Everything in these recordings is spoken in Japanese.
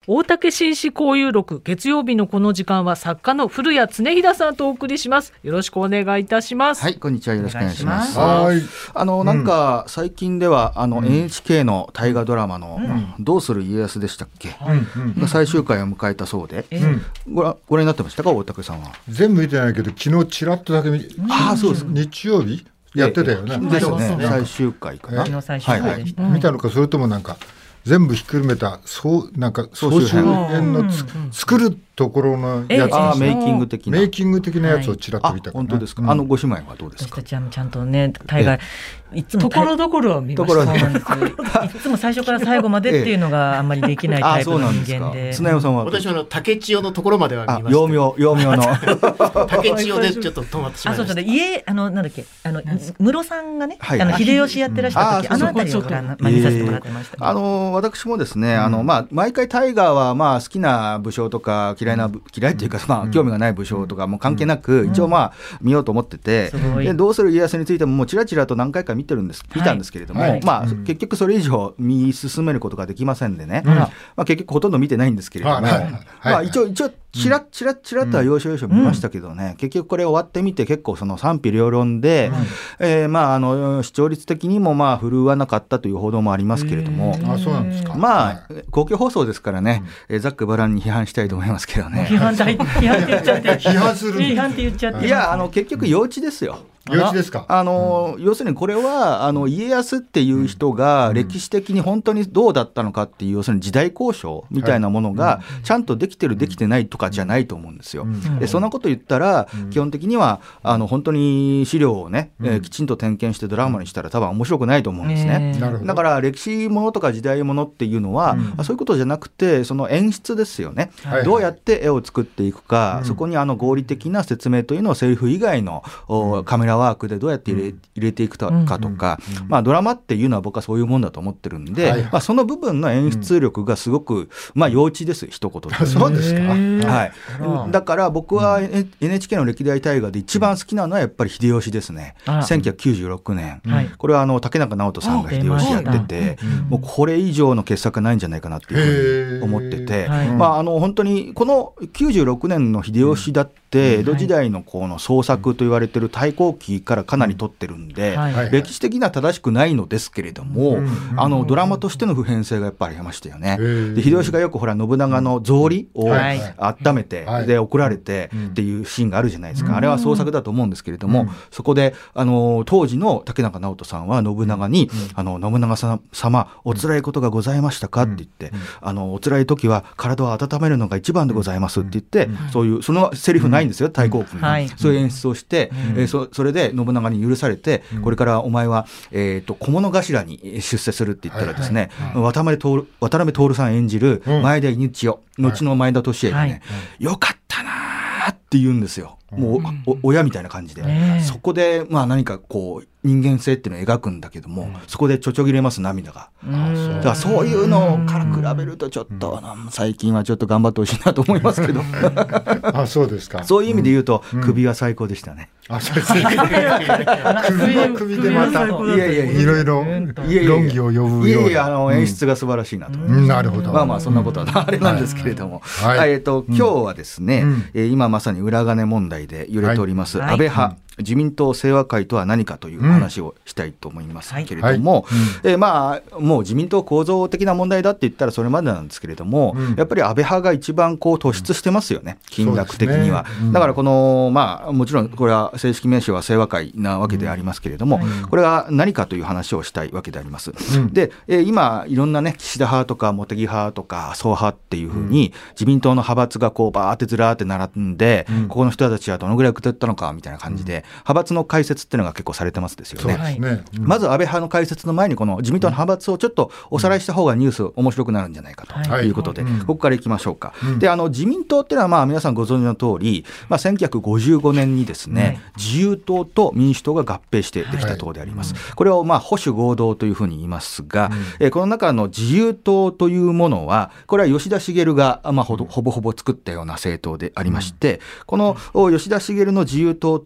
大竹紳士交友録、月曜日のこの時間は作家の古谷恒平さんとお送りします。よろしくお願いいたします。 はい、こんにちは、よろしくお願いします。 はい。 なんか最近ではNHK の大河ドラマのどうする家康でしたっけ、が最終回を迎えたそうで、ご覧になってましたか、大竹さんは。 全部見てないけど昨日ちらっとだけそうです。 日曜日やってたよね。 ですね、最終回かな。 昨日最終回でした。 見たのか、それともなんか全部ひっくるめたなんか総集編の作るところのやつ、 メイキング的なやつをちらっと見たかな。 本当ですか。ご姉妹はどうですか。 私たちはちゃんとね、大概いつもところどころは見ました。そうなんですいつも最初から最後までっていうのがあんまりできないタイプの人間で。 砂代さんは。 私は竹千代のところまでは見ました。 幼名の竹千代でちょっと止まってしまいました。 なんだっけ、室さんがね、秀吉やってらした時、あのあたりを見させてもらってました。 私もですね、毎回タイガーは好きな武将とか嫌いっていうか、興味がない武将とかも関係なく、一応見ようと思ってて、でどうする家康についてももうちらちらと何回か見たんですけれども、結局それ以上見進めることができませんでね、結局ほとんど見てないんですけれども、一応ちらっとは要所要所見ましたけどね、結局これ終わってみて結構その賛否両論で、視聴率的にも振るわなかったという報道もありますけれども、 そうなんですか。 公共放送ですからね、ざっくばらんに批判したいと思いますけどね。 批判って言っちゃって。 批判する。 批判って言っちゃって。 いや、結局幼稚ですよ。 幼稚ですか。 要するにこれは家康っていう人が歴史的に本当にどうだったのかっていう、要するに時代交渉みたいなものがちゃんとできてるできてないとかじゃないと思うんですよ。でそんなこと言ったら基本的には本当に資料をね、きちんと点検してドラマにしたら多分面白くないと思うんですね。だから歴史ものとか時代ものっていうのは、そういうことじゃなくてその演出ですよね。どうやって絵を作っていくか、そこに合理的な説明というのをセリフ以外のカメラワークでどうやって入れていくかとか、ドラマっていうのは僕はそういうもんだと思ってるんで、その部分の演出力がすごく幼稚です、一言で。 そうですか。 だから僕は NHK の歴代大河で一番好きなのはやっぱり秀吉ですね。1996年、これは竹中直人さんが秀吉やってて、もうこれ以上の傑作ないんじゃないかなっていうふうに思ってて、本当にこの96年の秀吉だって江戸時代のこの創作と言われてる太閤記からかなり取ってるんで、歴史的には正しくないのですけれども、ドラマとしての普遍性がやっぱりありましたよね。で秀吉がよく信長の草履を温めて、で怒られてっていうシーンがあるじゃないですか。あれは創作だと思うんですけれども、そこで当時の竹中直人さんは信長に信長様お辛いことがございましたかって言って、お辛い時は体を温めるのが一番でございますって言って、そのセリフないんですよ、太閤記に。そういう演出をして、それで信長に許されて、これからお前は小物頭に出世するって言ったらですね、渡辺徹さん演じる前田犬千代、後の前田利家がね、よかったなって言うんですよ。もう親みたいな感じで、そこで何かこう人間性っていうのを描くんだけども、そこでちょちょぎれます、涙が。だからそういうのから比べるとちょっと最近はちょっと頑張ってほしいなと思いますけどそうですか。 そういう意味で言うと、首は最高でしたね。 そうですね。首は首でまたいろいろ論議を呼ぶような演出が素晴らしいなと。 なるほど。 そんなことはあれなんですけれども、今日はですね、今まさに裏金問題で揺れております安倍派、自民党清和会とは何かという話をしたいと思いますけれども、もう自民党構造的な問題だって言ったらそれまでなんですけれども、やっぱり安倍派が一番突出してますよね、金額的には。だからもちろんこれは正式名称は清和会なわけでありますけれども、これが何かという話をしたいわけであります。で、今いろんなね、岸田派とか茂木派とか麻生派っていうふうに自民党の派閥がバーってずらーって並んで、ここの人たちはどのぐらい食ったのかみたいな感じで派閥の解説っていうのが結構されてますですよね。まず安倍派の解説の前にこの自民党の派閥をちょっとおさらいした方がニュース面白くなるんじゃないかということで、ここからいきましょうか。で、自民党っていうのは皆さんご存知の通り、1955年にですね、自由党と民主党が合併してできた党であります。これを保守合同というふうに言いますが、この中の自由党というものは、これは吉田茂がほぼほぼ作ったような政党でありまして、この吉田茂の自由党といいますの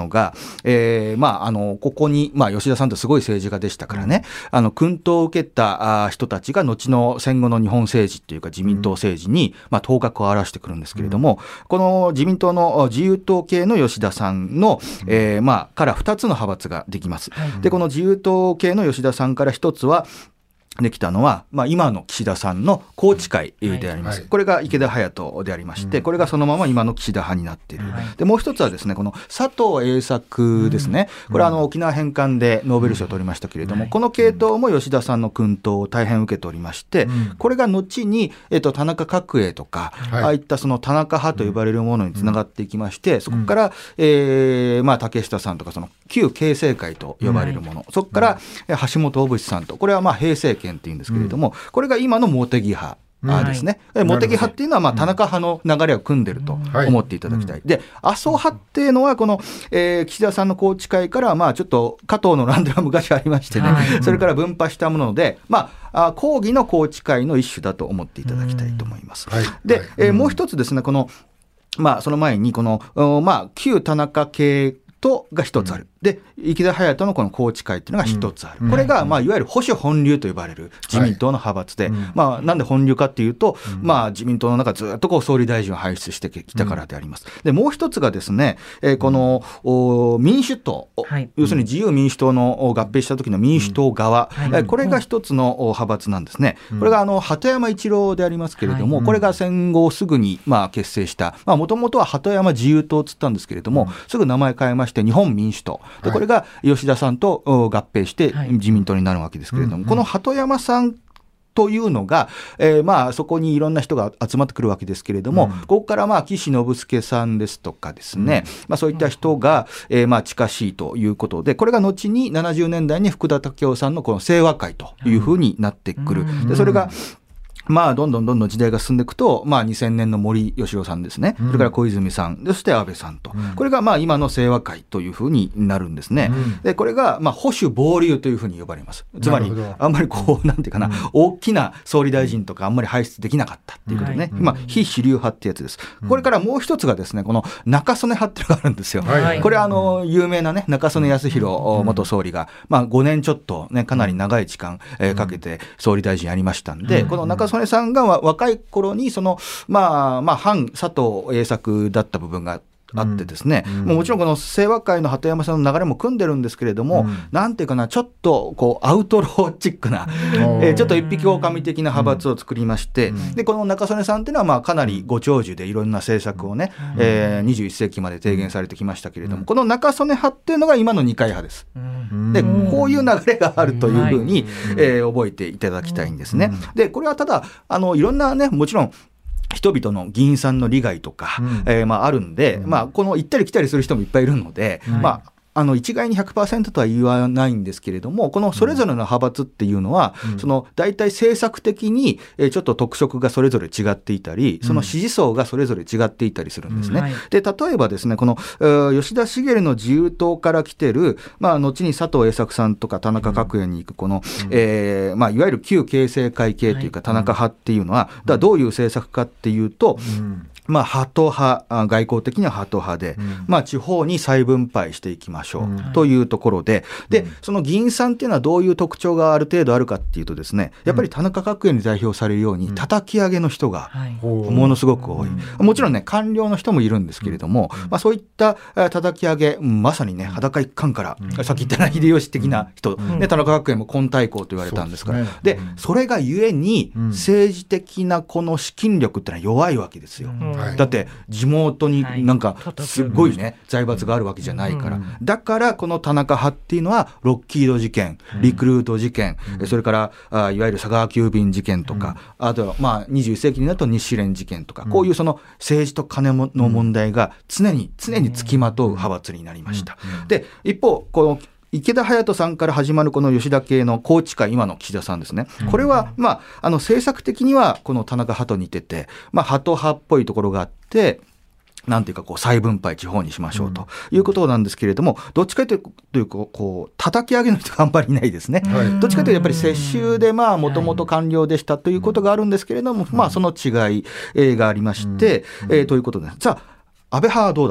のが、ここに、吉田さんってすごい政治家でしたからね、薫陶を受けた人たちが後の戦後の日本政治っていうか自民党政治に、頭角を現してくるんですけれども、この自民党の自由党系の吉田さんの、から2つの派閥ができます。でこの自由党系の吉田さんから1つはできたのは、今の岸田さんの宏池会であります、これが池田勇人でありまして、これがそのまま今の岸田派になっている、でもう一つはですね、この佐藤栄作ですね、これは沖縄返還でノーベル賞を取りましたけれども、この系統も吉田さんの薫陶を大変受けておりまして、これが後に、田中角栄とか、ああいったその田中派と呼ばれるものにつながっていきまして、そこから、竹下さんとかその旧経世会と呼ばれるもの、そこから橋本小渕さんと、これは平成権っていうんですけれども、これが今の茂木派ですね。茂木派っていうのは田中派の流れを組んでると思っていただきたい。で麻生派っていうのはこの、岸田さんの宏池会からちょっと加藤の乱では昔ありましてね、それから分派したもので抗議の宏池会の一種だと思っていただきたいと思います。で、もう一つですね、このその前にこの旧田中系が一つある。で池田勇人のこの宏池会っていうのが一つある。これがいわゆる保守本流と呼ばれる自民党の派閥で、なんで本流かっていうと、自民党の中ずっと総理大臣を輩出してきたからであります。でもう一つがですね、この民主党、要するに自由民主党の合併した時の民主党側、これが一つの派閥なんですね。これが鳩山一郎でありますけれども、これが戦後すぐに結成した、もともとは鳩山自由党っつったんですけれども、すぐ名前変えまして日本民主党で、これが吉田さんと合併して自民党になるわけですけれども、この鳩山さんというのが、そこにいろんな人が集まってくるわけですけれども、ここから岸信介さんですとかですね、そういった人が、近しいということで、これが後に70年代に福田赳夫さんのこの清和会というふうになってくる。でそれがどんどん時代が進んでいくと、2000年の森喜朗さんですね、それから小泉さん、そして安倍さんと、これが今の清和会というふうになるんですね。でこれが保守暴流というふうに呼ばれます。つまりあんまりなんていうかな、大きな総理大臣とかあんまり輩出できなかったっていうことでね、非主流派ってやつです。これからもう一つがですね、この中曽根派っていうのがあるんですよ。これは有名なね、中曽根康弘元総理が5年ちょっとね、かなり長い時間かけて総理大臣やりましたんで、この中曽根さんが若い頃にその反佐藤栄作だった部分があってですね、もちろんこの清和会の鳩山さんの流れも組んでるんですけれども、なんていうかな、ちょっとアウトローチックな、ちょっと一匹狼的な派閥を作りまして、でこの中曽根さんっていうのはかなりご長寿でいろんな政策をね、21世紀まで提言されてきましたけれども、この中曽根派っていうのが今の二階派です。でこういう流れがあるというふうに、覚えていただきたいんですね。でこれはただいろんなね、もちろん人々の議員さんの利害とか、あるんで、この行ったり来たりする人もいっぱいいるので、一概に 100% とは言わないんですけれども、このそれぞれの派閥っていうのは、その大体政策的にちょっと特色がそれぞれ違っていたり、その支持層がそれぞれ違っていたりするんですね。で例えばですね、この吉田茂の自由党から来てる、後に佐藤栄作さんとか田中角栄に行くこの、いわゆる旧経世会系というか田中派っていうのは、どういう政策かっていうと、ハト派、外交的にはハト派で、地方に再分配していきましょうというところで、その議員さんっていうのはどういう特徴がある程度あるかっていうとですね、やっぱり田中角栄に代表されるように叩き上げの人がものすごく多い。もちろんね、官僚の人もいるんですけれども、そういった叩き上げ、まさにね、裸一貫から、さっき言った秀吉的な人、田中角栄も今太閤と言われたんですから、でそれがゆえに政治的なこの資金力ってのは弱いわけですよ。だって地元になんかすごいね、財閥があるわけじゃないから、だからこの田中派っていうのはロッキード事件、リクルート事件、それからいわゆる佐川急便事件とか、あとは21世紀になると日蓮事件とか、こういうその政治と金の問題が常に付きまとう派閥になりました。で一方この池田勇人さんから始まるこの吉田系の宏池会、今の岸田さんですね、これは政策的にはこの田中派と似てて、ハト派っぽいところがあって、なんていうか再分配地方にしましょうということなんですけれども、どっちかというと叩き上げの人があんまりいないですね。どっちかというとやっぱり世襲でもともと官僚でしたということがあるんですけれども、その違いがありまして、ということです。さあ安倍派はどうだろう。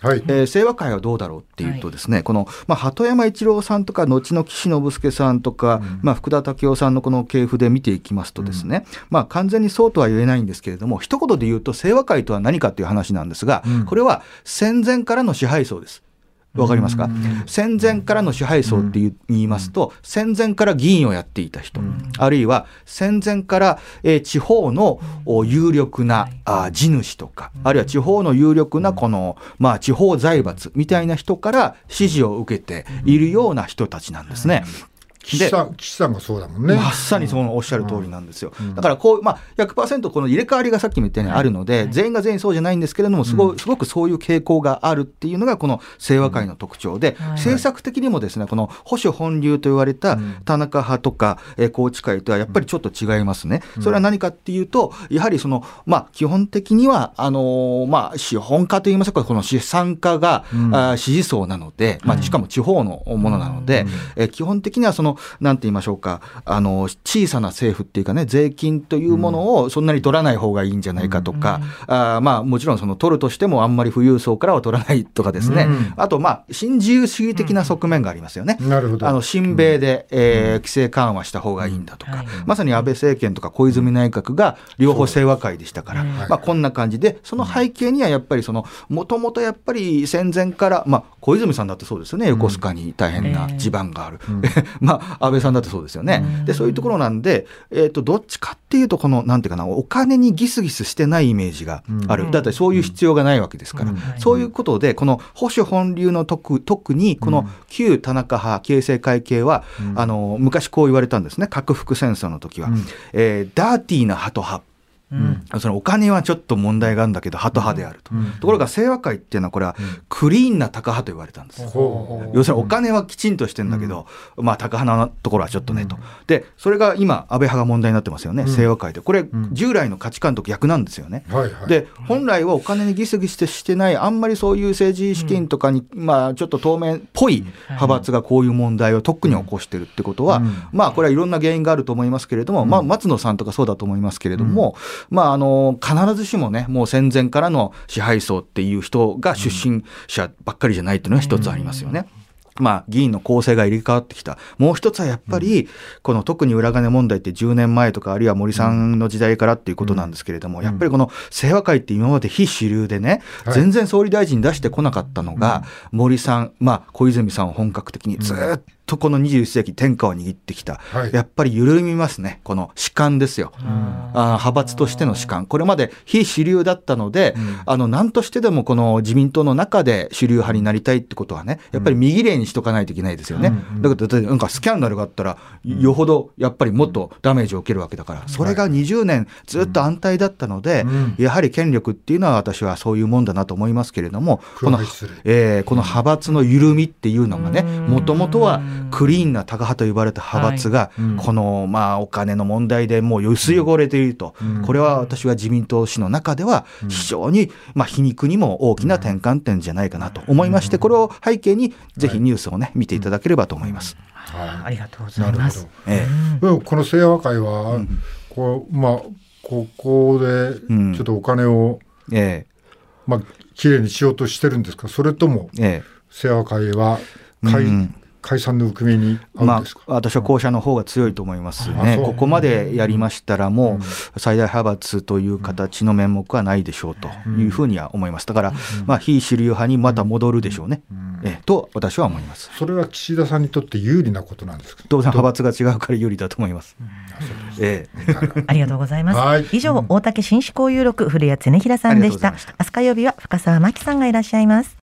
はい、 清和会はどうだろうっていうとですね、この、鳩山一郎さんとか後の岸信介さんとか、福田赳夫さんのこの系譜で見ていきますとですね、完全にそうとは言えないんですけれども、一言で言うと清和会とは何かという話なんですが、これは戦前からの支配層です。わかりますか？戦前からの支配層って言いますと、戦前から議員をやっていた人、あるいは戦前から、地方の有力な地主とか、あるいは地方の有力なこの、地方財閥みたいな人から支持を受けているような人たちなんですね。 岸さんがそうだもんね。 まさにそのおっしゃる通りなんですよ。だからこう、100% この入れ替わりがさっきも言ったようにあるので、全員が全員そうじゃないんですけれども、すごくそういう傾向があるっていうのがこの清和会の特徴で、政策的にもですね、この保守本流と言われた田中派とか宏池会とはやっぱりちょっと違いますね。それは何かっていうと、やはりその、基本的には資本家といいますか、この資産家が支持層なので、しかも地方のものなので、基本的にはそのなんて言いましょうか、小さな政府っていうかね、税金というものをそんなに取らない方がいいんじゃないかとか、もちろんその取るとしてもあんまり富裕層からは取らないとかですね、あと新自由主義的な側面がありますよね。 なるほど。 親米で、規制緩和した方がいいんだとか、まさに安倍政権とか小泉内閣が両方清和会でしたから、こんな感じで、その背景にはやっぱりもともとやっぱり戦前から、小泉さんだってそうですよね、横須賀に大変な地盤がある、安倍さんだってそうですよね。でそういうところなんで、どっちかっていうとこのなんていうかな、お金にギスギスしてないイメージがある。だってそういう必要がないわけですから、そういうことでこの保守本流の特にこの旧田中派形成会系は、昔こう言われたんですね。核福戦争の時は、ダーティーな鳩派、そのお金はちょっと問題があるんだけど鳩派であると、ところが清和会っていうのはこれはクリーンなタカ派と言われたんです。要するにお金はきちんとしてるんだけど、タカ派のところはちょっとねと。でそれが今安倍派が問題になってますよね、清和会で。これ、従来の価値観と逆なんですよね。で本来はお金にギスギスしてない、あんまりそういう政治資金とかに、ちょっと透明っぽい派閥がこういう問題を特に起こしてるってことは、これはいろんな原因があると思いますけれども、松野さんとかそうだと思いますけれども、必ずしもね、もう戦前からの支配層っていう人が出身者ばっかりじゃないっていうのが一つありますよね。議員の構成が入れ替わってきた。もう一つはやっぱり、この特に裏金問題って10年前とか、あるいは森さんの時代からっていうことなんですけれども、やっぱりこの清和会って今まで非主流でね、全然総理大臣出してこなかったのが、森さん、小泉さんを本格的にずっとこの21世紀天下を握ってきた、やっぱり緩みますね、この主観ですよ。派閥としての主観、これまで非主流だったので、何としてでもこの自民党の中で主流派になりたいってことはね、やっぱり右例にしとかないといけないですよね。だけどなんかスキャンダルがあったらよほどやっぱりもっとダメージを受けるわけだから、それが20年ずっと安泰だったので、やはり権力っていうのは私はそういうもんだなと思いますけれども、この派閥の緩みっていうのがね、もともとはクリーンなタカ派と呼ばれた派閥が、このお金の問題でもう薄汚れていると、これは私は自民党史の中では非常に皮肉にも大きな転換点じゃないかなと思いまして、これを背景にぜひニュースをね見ていただければと思います。 ありがとうございます。 この清和会は、ここでちょっとお金を、きれいにしようとしてるんですか、それとも清和会は解散の含みにあるんですか。 私は後者の方が強いと思いますね。ここまでやりましたらもう最大派閥という形の面目はないでしょうというふうには思います。だから非主流派にまた戻るでしょうね、と私は思います。 それは岸田さんにとって有利なことなんですか。 当然派閥が違うから有利だと思います。 ありがとうございます。以上、大竹紳士交有録古谷恒平さんでした。明日火曜日は深澤真希さんがいらっしゃいます。